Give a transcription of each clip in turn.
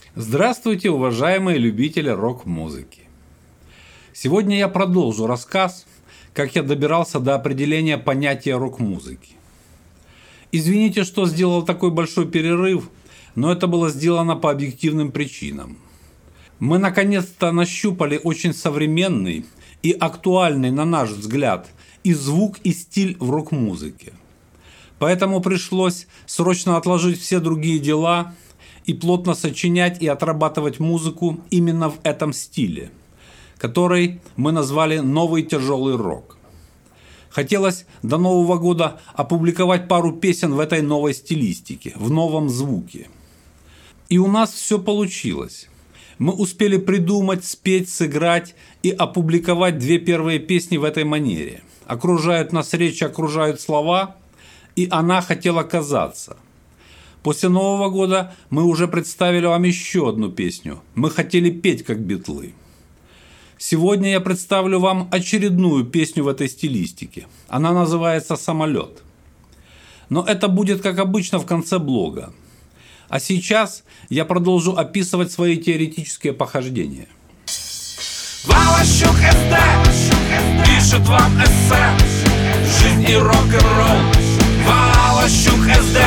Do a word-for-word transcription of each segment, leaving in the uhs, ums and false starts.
Здравствуйте, уважаемые любители рок-музыки! Сегодня я продолжу рассказ, как я добирался до определения понятия рок-музыки. Извините, что сделал такой большой перерыв, но это было сделано по объективным причинам. Мы наконец-то нащупали очень современный и актуальный, на наш взгляд, и звук, и стиль в рок-музыке. Поэтому пришлось срочно отложить все другие дела и плотно сочинять и отрабатывать музыку именно в этом стиле, который мы назвали «Новый тяжелый рок». Хотелось до Нового года опубликовать пару песен в этой новой стилистике, в новом звуке. И у нас все получилось. Мы успели придумать, спеть, сыграть и опубликовать две первые песни в этой манере. «Окружают нас речи, окружают слова» и «Она хотела казаться». После Нового года мы уже представили вам еще одну песню «Мы хотели петь, как Битлы». Сегодня я представлю вам очередную песню в этой стилистике. Она называется «Самолет». Но это будет, как обычно, в конце блога. А сейчас я продолжу описывать свои теоретические похождения. Валащук СД пишет вам эссе «Жизнь и рок-н-ролл». Валащук СД.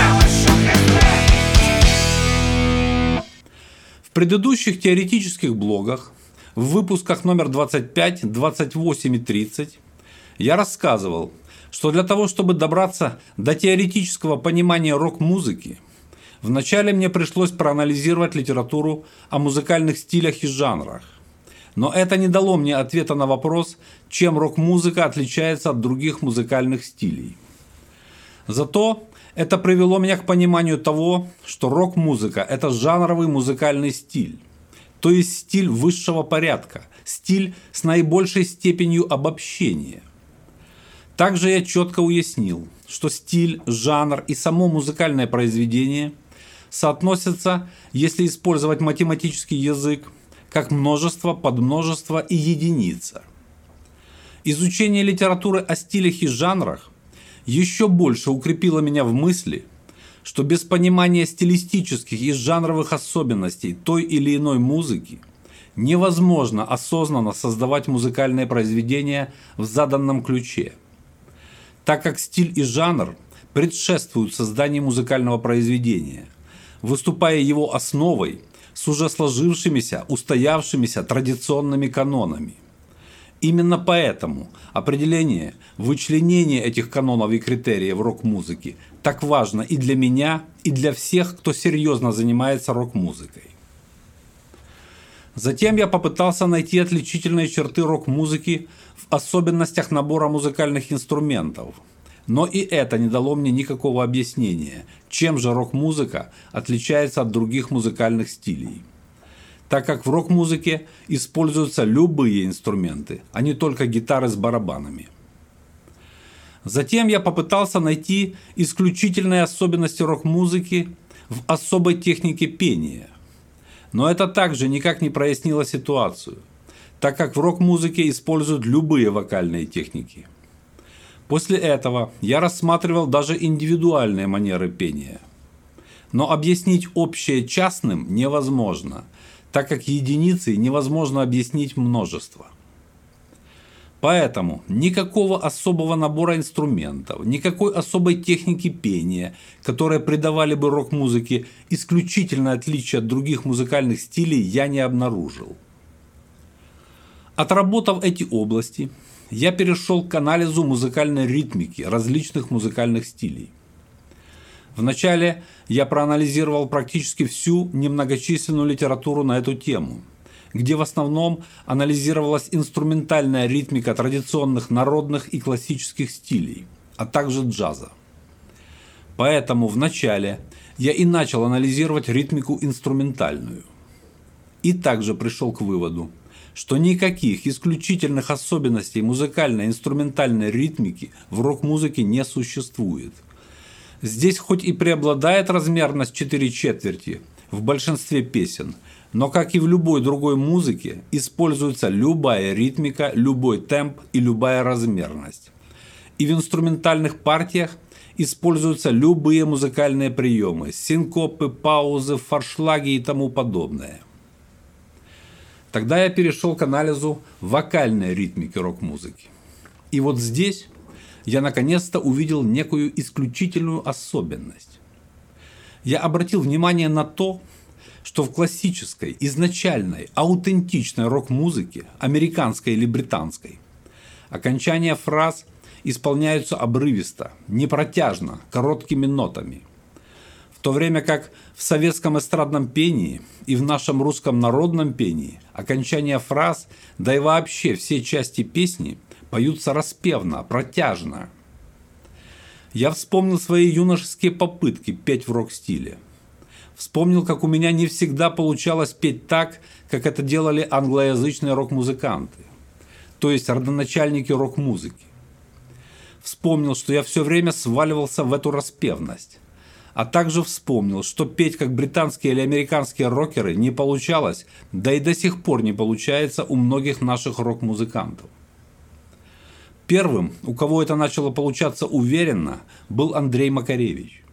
В предыдущих теоретических блогах, в выпусках номер двадцать пять, двадцать восемь и тридцать, я рассказывал, что для того, чтобы добраться до теоретического понимания рок-музыки, вначале мне пришлось проанализировать литературу о музыкальных стилях и жанрах. Но это не дало мне ответа на вопрос, чем рок-музыка отличается от других музыкальных стилей. Зато это привело меня к пониманию того, что рок-музыка – это жанровый музыкальный стиль, то есть стиль высшего порядка, стиль с наибольшей степенью обобщения. Также я четко уяснил, что стиль, жанр и само музыкальное произведение соотносятся, если использовать математический язык, как множество, подмножество и единица. Изучение литературы о стилях и жанрах еще больше укрепило меня в мысли, что без понимания стилистических и жанровых особенностей той или иной музыки невозможно осознанно создавать музыкальные произведения в заданном ключе, так как стиль и жанр предшествуют созданию музыкального произведения, выступая его основой с уже сложившимися, устоявшимися традиционными канонами. Именно поэтому определение, вычленение этих канонов и критериев рок-музыки так важно и для меня, и для всех, кто серьезно занимается рок-музыкой. Затем я попытался найти отличительные черты рок-музыки в особенностях набора музыкальных инструментов. Но и это не дало мне никакого объяснения, чем же рок-музыка отличается от других музыкальных стилей. Так как в рок-музыке используются любые инструменты, а не только гитары с барабанами. Затем я попытался найти исключительные особенности рок-музыки в особой технике пения. Но это также никак не прояснило ситуацию, так как в рок-музыке используют любые вокальные техники. После этого я рассматривал даже индивидуальные манеры пения. Но объяснить общее частным невозможно, так как единицей невозможно объяснить множество. Поэтому никакого особого набора инструментов, никакой особой техники пения, которые придавали бы рок-музыке исключительное отличие от других музыкальных стилей, я не обнаружил. Отработав эти области, я перешел к анализу музыкальной ритмики различных музыкальных стилей. Вначале я проанализировал практически всю немногочисленную литературу на эту тему, где в основном анализировалась инструментальная ритмика традиционных народных и классических стилей, а также джаза. Поэтому вначале я и начал анализировать ритмику инструментальную. И также пришел к выводу, что никаких исключительных особенностей музыкальной инструментальной ритмики в рок-музыке не существует. Здесь хоть и преобладает размерность четыре четверти в большинстве песен, но, как и в любой другой музыке, используется любая ритмика, любой темп и любая размерность. И в инструментальных партиях используются любые музыкальные приемы, синкопы, паузы, форшлаги и тому подобное. Тогда я перешел к анализу вокальной ритмики рок-музыки. И вот здесь я наконец-то увидел некую исключительную особенность. Я обратил внимание на то, что в классической, изначальной, аутентичной рок-музыке, американской или британской, окончания фраз исполняются обрывисто, непротяжно, короткими нотами. В то время как в советском эстрадном пении и в нашем русском народном пении окончания фраз, да и вообще все части песни поются распевно, протяжно. Я вспомнил свои юношеские попытки петь в рок-стиле. Вспомнил, как у меня не всегда получалось петь так, как это делали англоязычные рок-музыканты, то есть родоначальники рок-музыки. Вспомнил, что я все время сваливался в эту распевность. А также вспомнил, что петь как британские или американские рокеры не получалось, да и до сих пор не получается у многих наших рок-музыкантов. Первым, у кого это начало получаться уверенно, был Андрей Макаревич.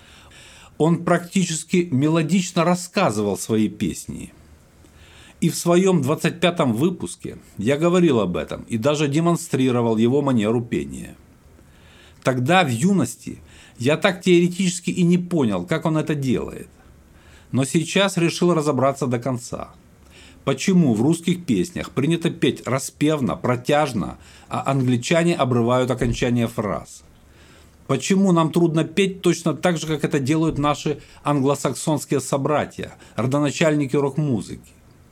Он практически мелодично рассказывал свои песни. И в своем двадцать пятом выпуске я говорил об этом и даже демонстрировал его манеру пения. Тогда, в юности, я так теоретически и не понял, как он это делает. Но сейчас решил разобраться до конца. Почему в русских песнях принято петь распевно, протяжно, а англичане обрывают окончание фраз? Почему нам трудно петь точно так же, как это делают наши англосаксонские собратья, родоначальники рок-музыки?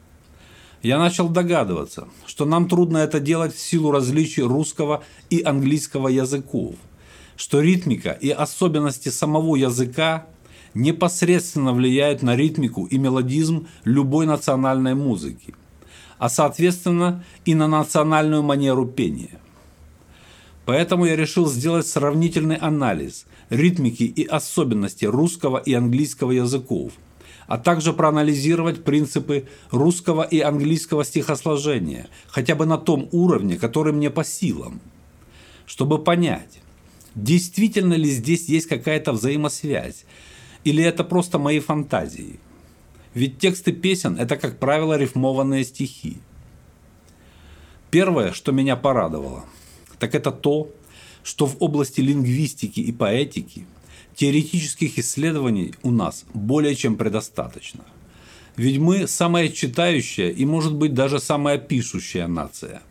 Я начал догадываться, что нам трудно это делать в силу различий русского и английского языков, что ритмика и особенности самого языка непосредственно влияют на ритмику и мелодизм любой национальной музыки, а соответственно и на национальную манеру пения. Поэтому я решил сделать сравнительный анализ ритмики и особенностей русского и английского языков, а также проанализировать принципы русского и английского стихосложения, хотя бы на том уровне, который мне по силам, чтобы понять, действительно ли здесь есть какая-то взаимосвязь, или это просто мои фантазии. Ведь тексты песен – это, как правило, рифмованные стихи. Первое, что меня порадовало, так это то, что в области лингвистики и поэтики теоретических исследований у нас более чем предостаточно. Ведь мы самая читающая и, может быть, даже самая пишущая нация.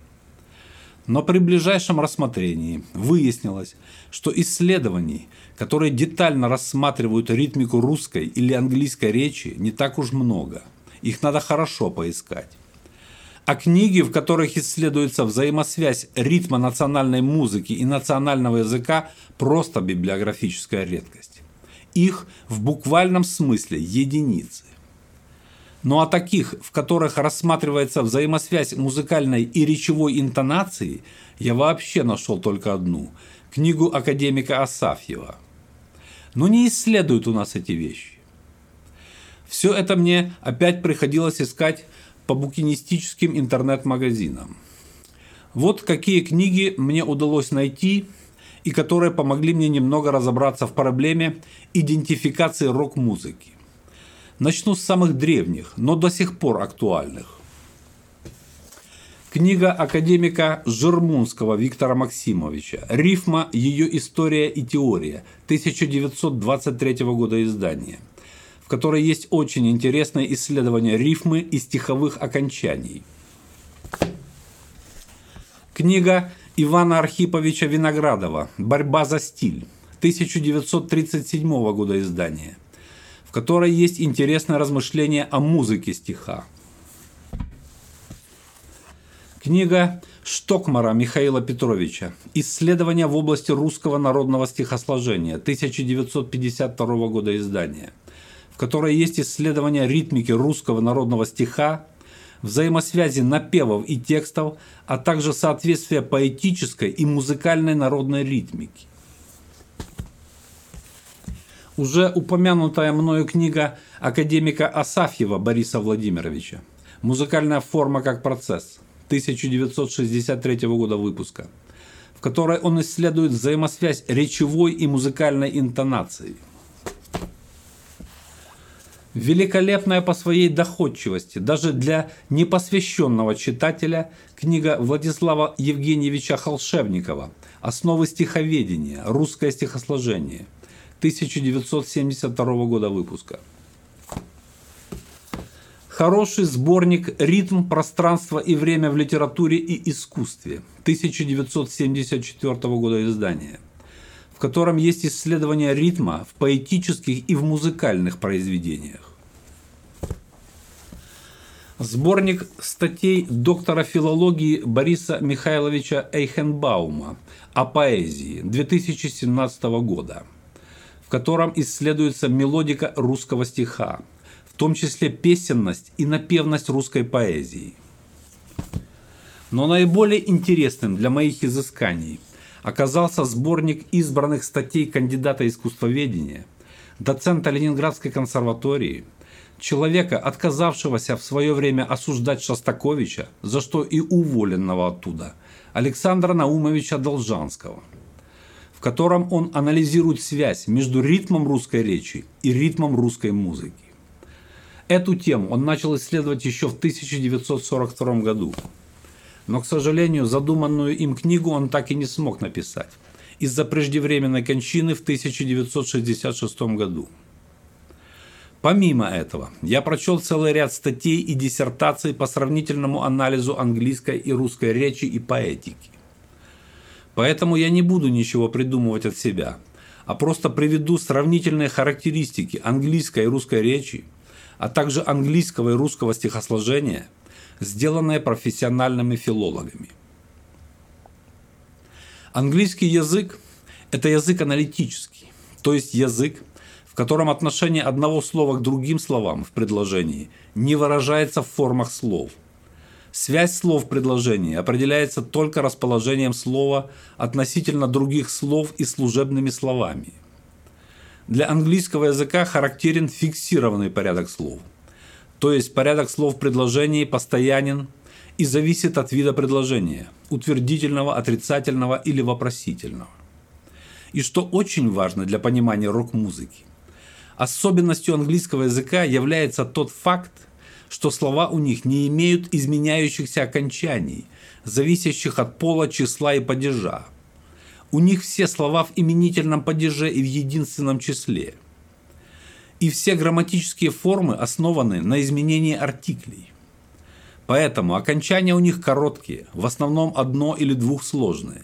Но при ближайшем рассмотрении выяснилось, что исследований, которые детально рассматривают ритмику русской или английской речи, не так уж много. Их надо хорошо поискать. А книги, в которых исследуется взаимосвязь ритма национальной музыки и национального языка, просто библиографическая редкость. Их в буквальном смысле единицы. Ну а таких, в которых рассматривается взаимосвязь музыкальной и речевой интонации, я вообще нашел только одну – книгу академика Асафьева. Но не исследуют у нас эти вещи. Все это мне опять приходилось искать по букинистическим интернет-магазинам. Вот какие книги мне удалось найти и которые помогли мне немного разобраться в проблеме идентификации рок-музыки. Начну с самых древних, но до сих пор актуальных. Книга академика Жермунского Виктора Максимовича «Рифма. Ее история и теория», тысяча девятьсот двадцать третьего года издания, в которой есть очень интересное исследование рифмы и стиховых окончаний. Книга Ивана Архиповича Виноградова «Борьба за стиль», тысяча девятьсот тридцать седьмого года издания, в которой есть интересное размышление о музыке стиха. Книга Штокмара Михаила Петровича «Исследования в области русского народного стихосложения», тысяча девятьсот пятьдесят второго года издания, в которой есть исследование ритмики русского народного стиха, взаимосвязи напевов и текстов, а также соответствия поэтической и музыкальной народной ритмики. Уже упомянутая мною книга академика Асафьева Бориса Владимировича «Музыкальная форма как процесс», тысяча девятьсот шестьдесят третьего года выпуска, в которой он исследует взаимосвязь речевой и музыкальной интонации. Великолепная по своей доходчивости, даже для непосвященного читателя, книга Владислава Евгеньевича Холшевникова «Основы стиховедения. Русское стихосложение», тысяча девятьсот семьдесят второго года выпуска. Хороший сборник «Ритм, пространство и время в литературе и искусстве», тысяча девятьсот семьдесят четвёртого года издания, в котором есть исследование ритма в поэтических и в музыкальных произведениях. Сборник статей доктора филологии Бориса Михайловича Эйхенбаума о поэзии две тысячи семнадцатого года, в котором исследуется мелодика русского стиха, в том числе песенность и напевность русской поэзии. Но наиболее интересным для моих изысканий оказался сборник избранных статей кандидата искусствоведения, доцента Ленинградской консерватории, человека, отказавшегося в свое время осуждать Шостаковича, за что и уволенного оттуда, Александра Наумовича Должанского, в котором он анализирует связь между ритмом русской речи и ритмом русской музыки. Эту тему он начал исследовать еще в тысяча девятьсот сорок втором году. Но, к сожалению, задуманную им книгу он так и не смог написать из-за преждевременной кончины в тысяча девятьсот шестьдесят шестом году. Помимо этого, я прочел целый ряд статей и диссертаций по сравнительному анализу английской и русской речи и поэтики. Поэтому я не буду ничего придумывать от себя, а просто приведу сравнительные характеристики английской и русской речи, а также английского и русского стихосложения, сделанные профессиональными филологами. Английский язык – это язык аналитический, то есть язык, в котором отношение одного слова к другим словам в предложении не выражается в формах слов. Связь слов в предложении определяется только расположением слова относительно других слов и служебными словами. Для английского языка характерен фиксированный порядок слов. То есть порядок слов в предложении постоянен и зависит от вида предложения – утвердительного, отрицательного или вопросительного. И что очень важно для понимания рок-музыки, особенностью английского языка является тот факт, что слова у них не имеют изменяющихся окончаний, зависящих от пола, числа и падежа. У них все слова в именительном падеже и в единственном числе. И все грамматические формы основаны на изменении артиклей. Поэтому окончания у них короткие, в основном одно- или двухсложные.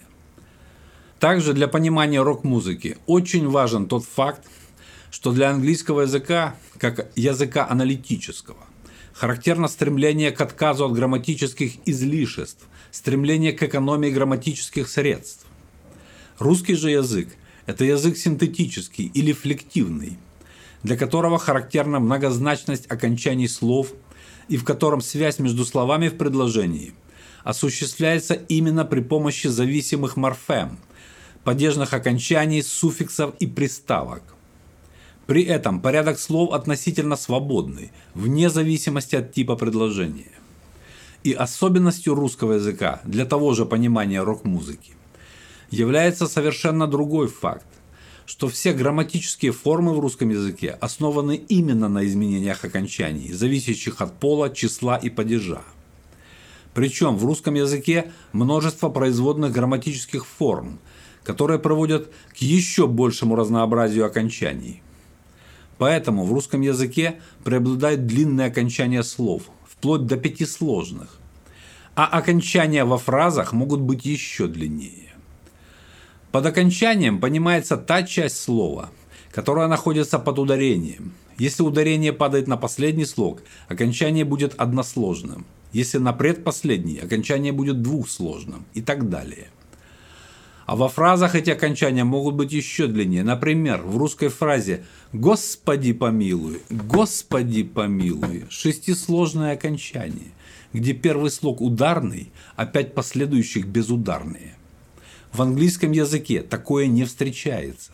Также для понимания рок-музыки очень важен тот факт, что для английского языка, как языка аналитического, характерно стремление к отказу от грамматических излишеств, стремление к экономии грамматических средств. Русский же язык – это язык синтетический или флективный, для которого характерна многозначность окончаний слов и в котором связь между словами в предложении осуществляется именно при помощи зависимых морфем, падежных окончаний, суффиксов и приставок. При этом порядок слов относительно свободный, вне зависимости от типа предложения. И особенностью русского языка для того же понимания рок-музыки является совершенно другой факт, что все грамматические формы в русском языке основаны именно на изменениях окончаний, зависящих от пола, числа и падежа. Причем в русском языке множество производных грамматических форм, которые приводят к еще большему разнообразию окончаний. Поэтому в русском языке преобладают длинные окончания слов, вплоть до пятисложных, а окончания во фразах могут быть еще длиннее. Под окончанием понимается та часть слова, которая находится под ударением. Если ударение падает на последний слог, окончание будет односложным. Если на предпоследний, окончание будет двухсложным и так далее. А во фразах эти окончания могут быть еще длиннее. Например, в русской фразе «Господи помилуй», «Господи помилуй» – шестисложное окончание, где первый слог ударный, а пять последующих безударные. В английском языке такое не встречается.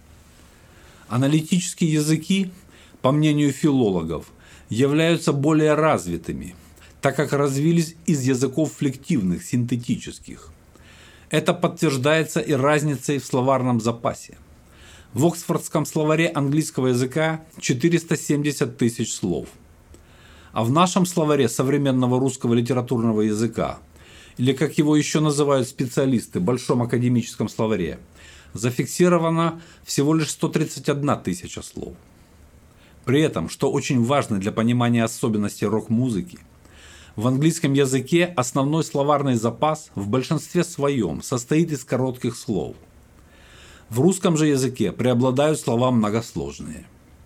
Аналитические языки, по мнению филологов, являются более развитыми, так как развились из языков флективных, синтетических. Это подтверждается и разницей в словарном запасе. В Оксфордском словаре английского языка четыреста семьдесят тысяч слов. А в нашем словаре современного русского литературного языка, или как его еще называют специалисты, Большом академическом словаре, зафиксировано всего лишь сто тридцать одна тысяча слов. При этом, что очень важно для понимания особенностей рок-музыки, в английском языке основной словарный запас в большинстве своем состоит из коротких слов. В русском же языке преобладают слова многосложные.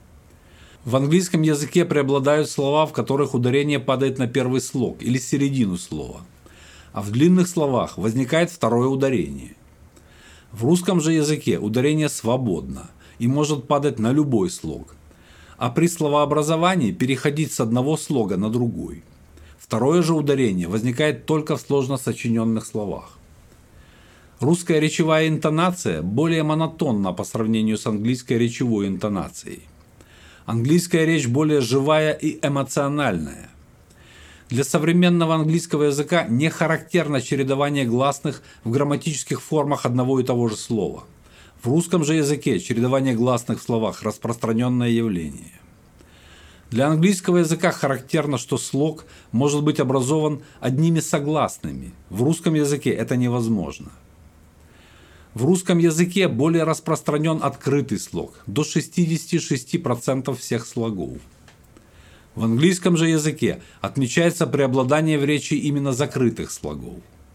В английском языке преобладают слова, в которых ударение падает на первый слог или середину слова, а в длинных словах возникает второе ударение. В русском же языке ударение свободно и может падать на любой слог, а при словообразовании переходить с одного слога на другой. Второе же ударение возникает только в сложно сочиненных словах. Русская речевая интонация более монотонна по сравнению с английской речевой интонацией. Английская речь более живая и эмоциональная. Для современного английского языка не характерно чередование гласных в грамматических формах одного и того же слова. В русском же языке чередование гласных в словах – распространенное явление. Для английского языка характерно, что слог может быть образован одними согласными. В русском языке это невозможно. В русском языке более распространен открытый слог – до шестьдесят шесть процентов всех слогов. В английском же языке отмечается преобладание в речи именно закрытых слогов.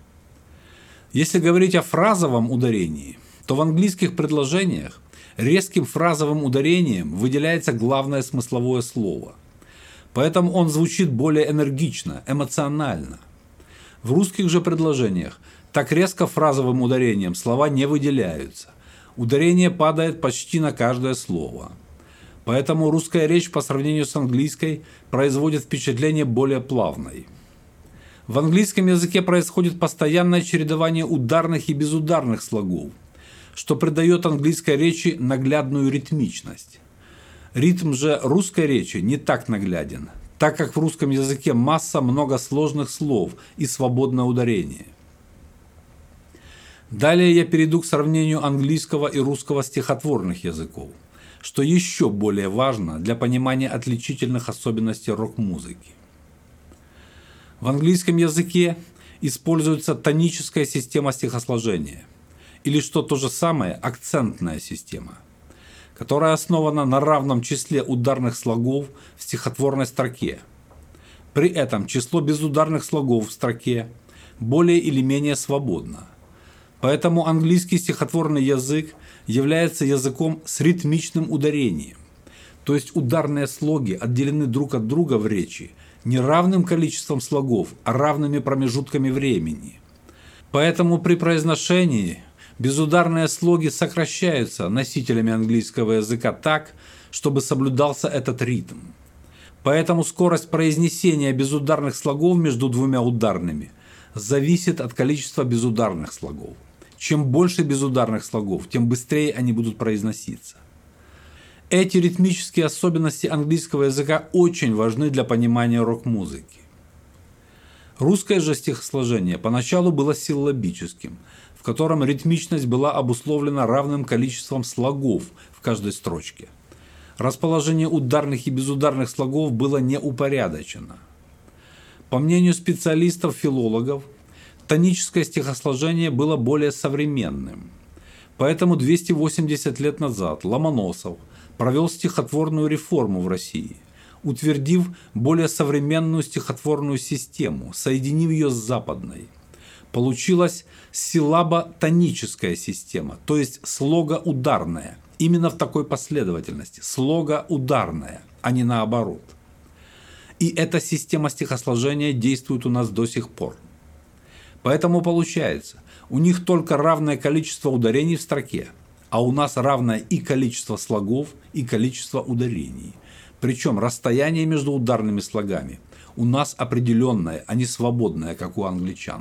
Если говорить о фразовом ударении, то в английских предложениях резким фразовым ударением выделяется главное смысловое слово. Поэтому он звучит более энергично, эмоционально. В русских же предложениях так резко фразовым ударением слова не выделяются. Ударение падает почти на каждое слово. Поэтому русская речь по сравнению с английской производит впечатление более плавной. В английском языке происходит постоянное чередование ударных и безударных слогов, что придает английской речи наглядную ритмичность. Ритм же русской речи не так нагляден, так как в русском языке масса многосложных слов и свободное ударение. Далее я перейду к сравнению английского и русского стихотворных языков, что еще более важно для понимания отличительных особенностей рок-музыки. В английском языке используется тоническая система стихосложения, или что то же самое, акцентная система, которая основана на равном числе ударных слогов в стихотворной строке. При этом число безударных слогов в строке более или менее свободно. Поэтому английский стихотворный язык является языком с ритмичным ударением, то есть ударные слоги отделены друг от друга в речи не равным количеством слогов, а равными промежутками времени. Поэтому при произношении безударные слоги сокращаются носителями английского языка так, чтобы соблюдался этот ритм. Поэтому скорость произнесения безударных слогов между двумя ударными зависит от количества безударных слогов. Чем больше безударных слогов, тем быстрее они будут произноситься. Эти ритмические особенности английского языка очень важны для понимания рок-музыки. Русское же стихосложение поначалу было силлабическим, в котором ритмичность была обусловлена равным количеством слогов в каждой строчке. Расположение ударных и безударных слогов было неупорядочено. По мнению специалистов-филологов, тоническое стихосложение было более современным. Поэтому двести восемьдесят лет назад Ломоносов провел стихотворную реформу в России, утвердив более современную стихотворную систему, соединив ее с западной. Получилась силлабо-тоническая система, то есть слогоударная, именно в такой последовательности, слогоударная, а не наоборот. И эта система стихосложения действует у нас до сих пор. Поэтому получается, у них только равное количество ударений в строке, а у нас равное и количество слогов, и количество ударений. Причем расстояние между ударными слогами у нас определенное, а не свободное, как у англичан.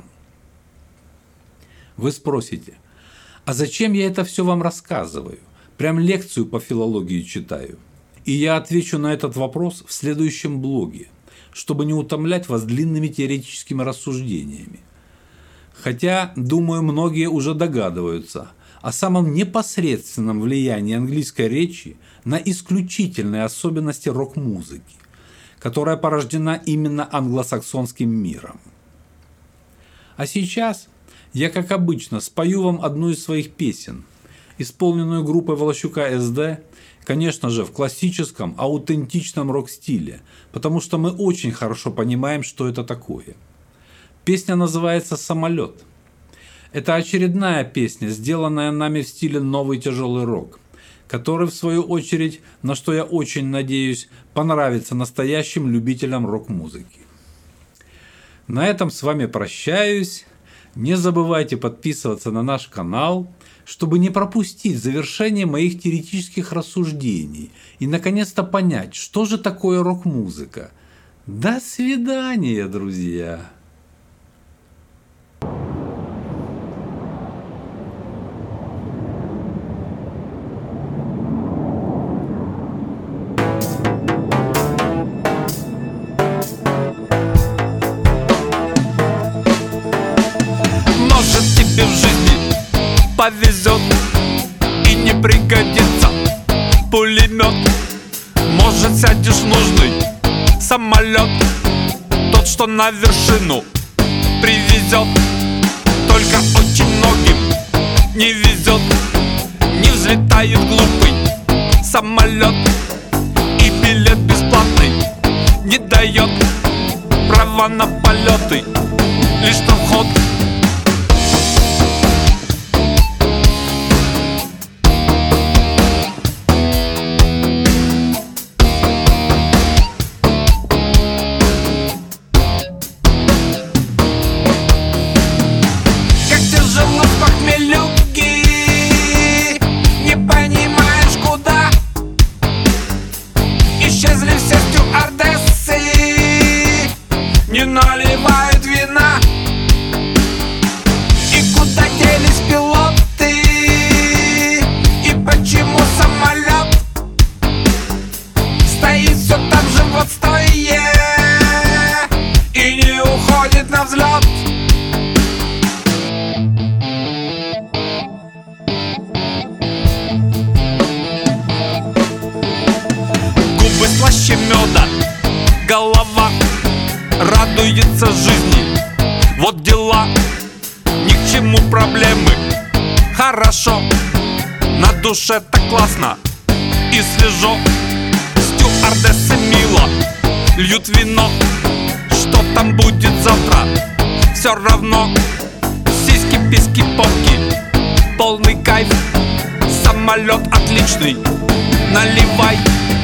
Вы спросите, а зачем я это все вам рассказываю? Прям лекцию по филологии читаю. И я отвечу на этот вопрос в следующем блоге, чтобы не утомлять вас длинными теоретическими рассуждениями. Хотя, думаю, многие уже догадываются о самом непосредственном влиянии английской речи на исключительные особенности рок-музыки, которая порождена именно англосаксонским миром. А сейчас я, как обычно, спою вам одну из своих песен, исполненную группой Волощука эс дэ, конечно же, в классическом, аутентичном рок-стиле, потому что мы очень хорошо понимаем, что это такое. Песня называется «Самолет». Это очередная песня, сделанная нами в стиле новый тяжелый рок, который, в свою очередь, на что я очень надеюсь, понравится настоящим любителям рок-музыки. На этом с вами прощаюсь. Не забывайте подписываться на наш канал, чтобы не пропустить завершение моих теоретических рассуждений и наконец-то понять, что же такое рок-музыка. До свидания, друзья! Повезет и не пригодится пулемет. Может, сядешь в нужный самолет, тот, что на вершину привезет. Только очень многим не везет, не взлетает глупый самолет, и билет бесплатный не дает права на полеты, лишь на вход. Исчезли все стюардессы, не наливают вина. И куда делись пилоты? И почему самолет стоит все там же вот стоя и не уходит на взлет? Слаще меда, голова радуется жизни. Вот дела, ни к чему проблемы. Хорошо, на душе так классно и свежо. Стюардессы мило льют вино. Что там будет завтра, все равно. Сиськи, письки, попки, полный кайф. Самолет отличный, наливай.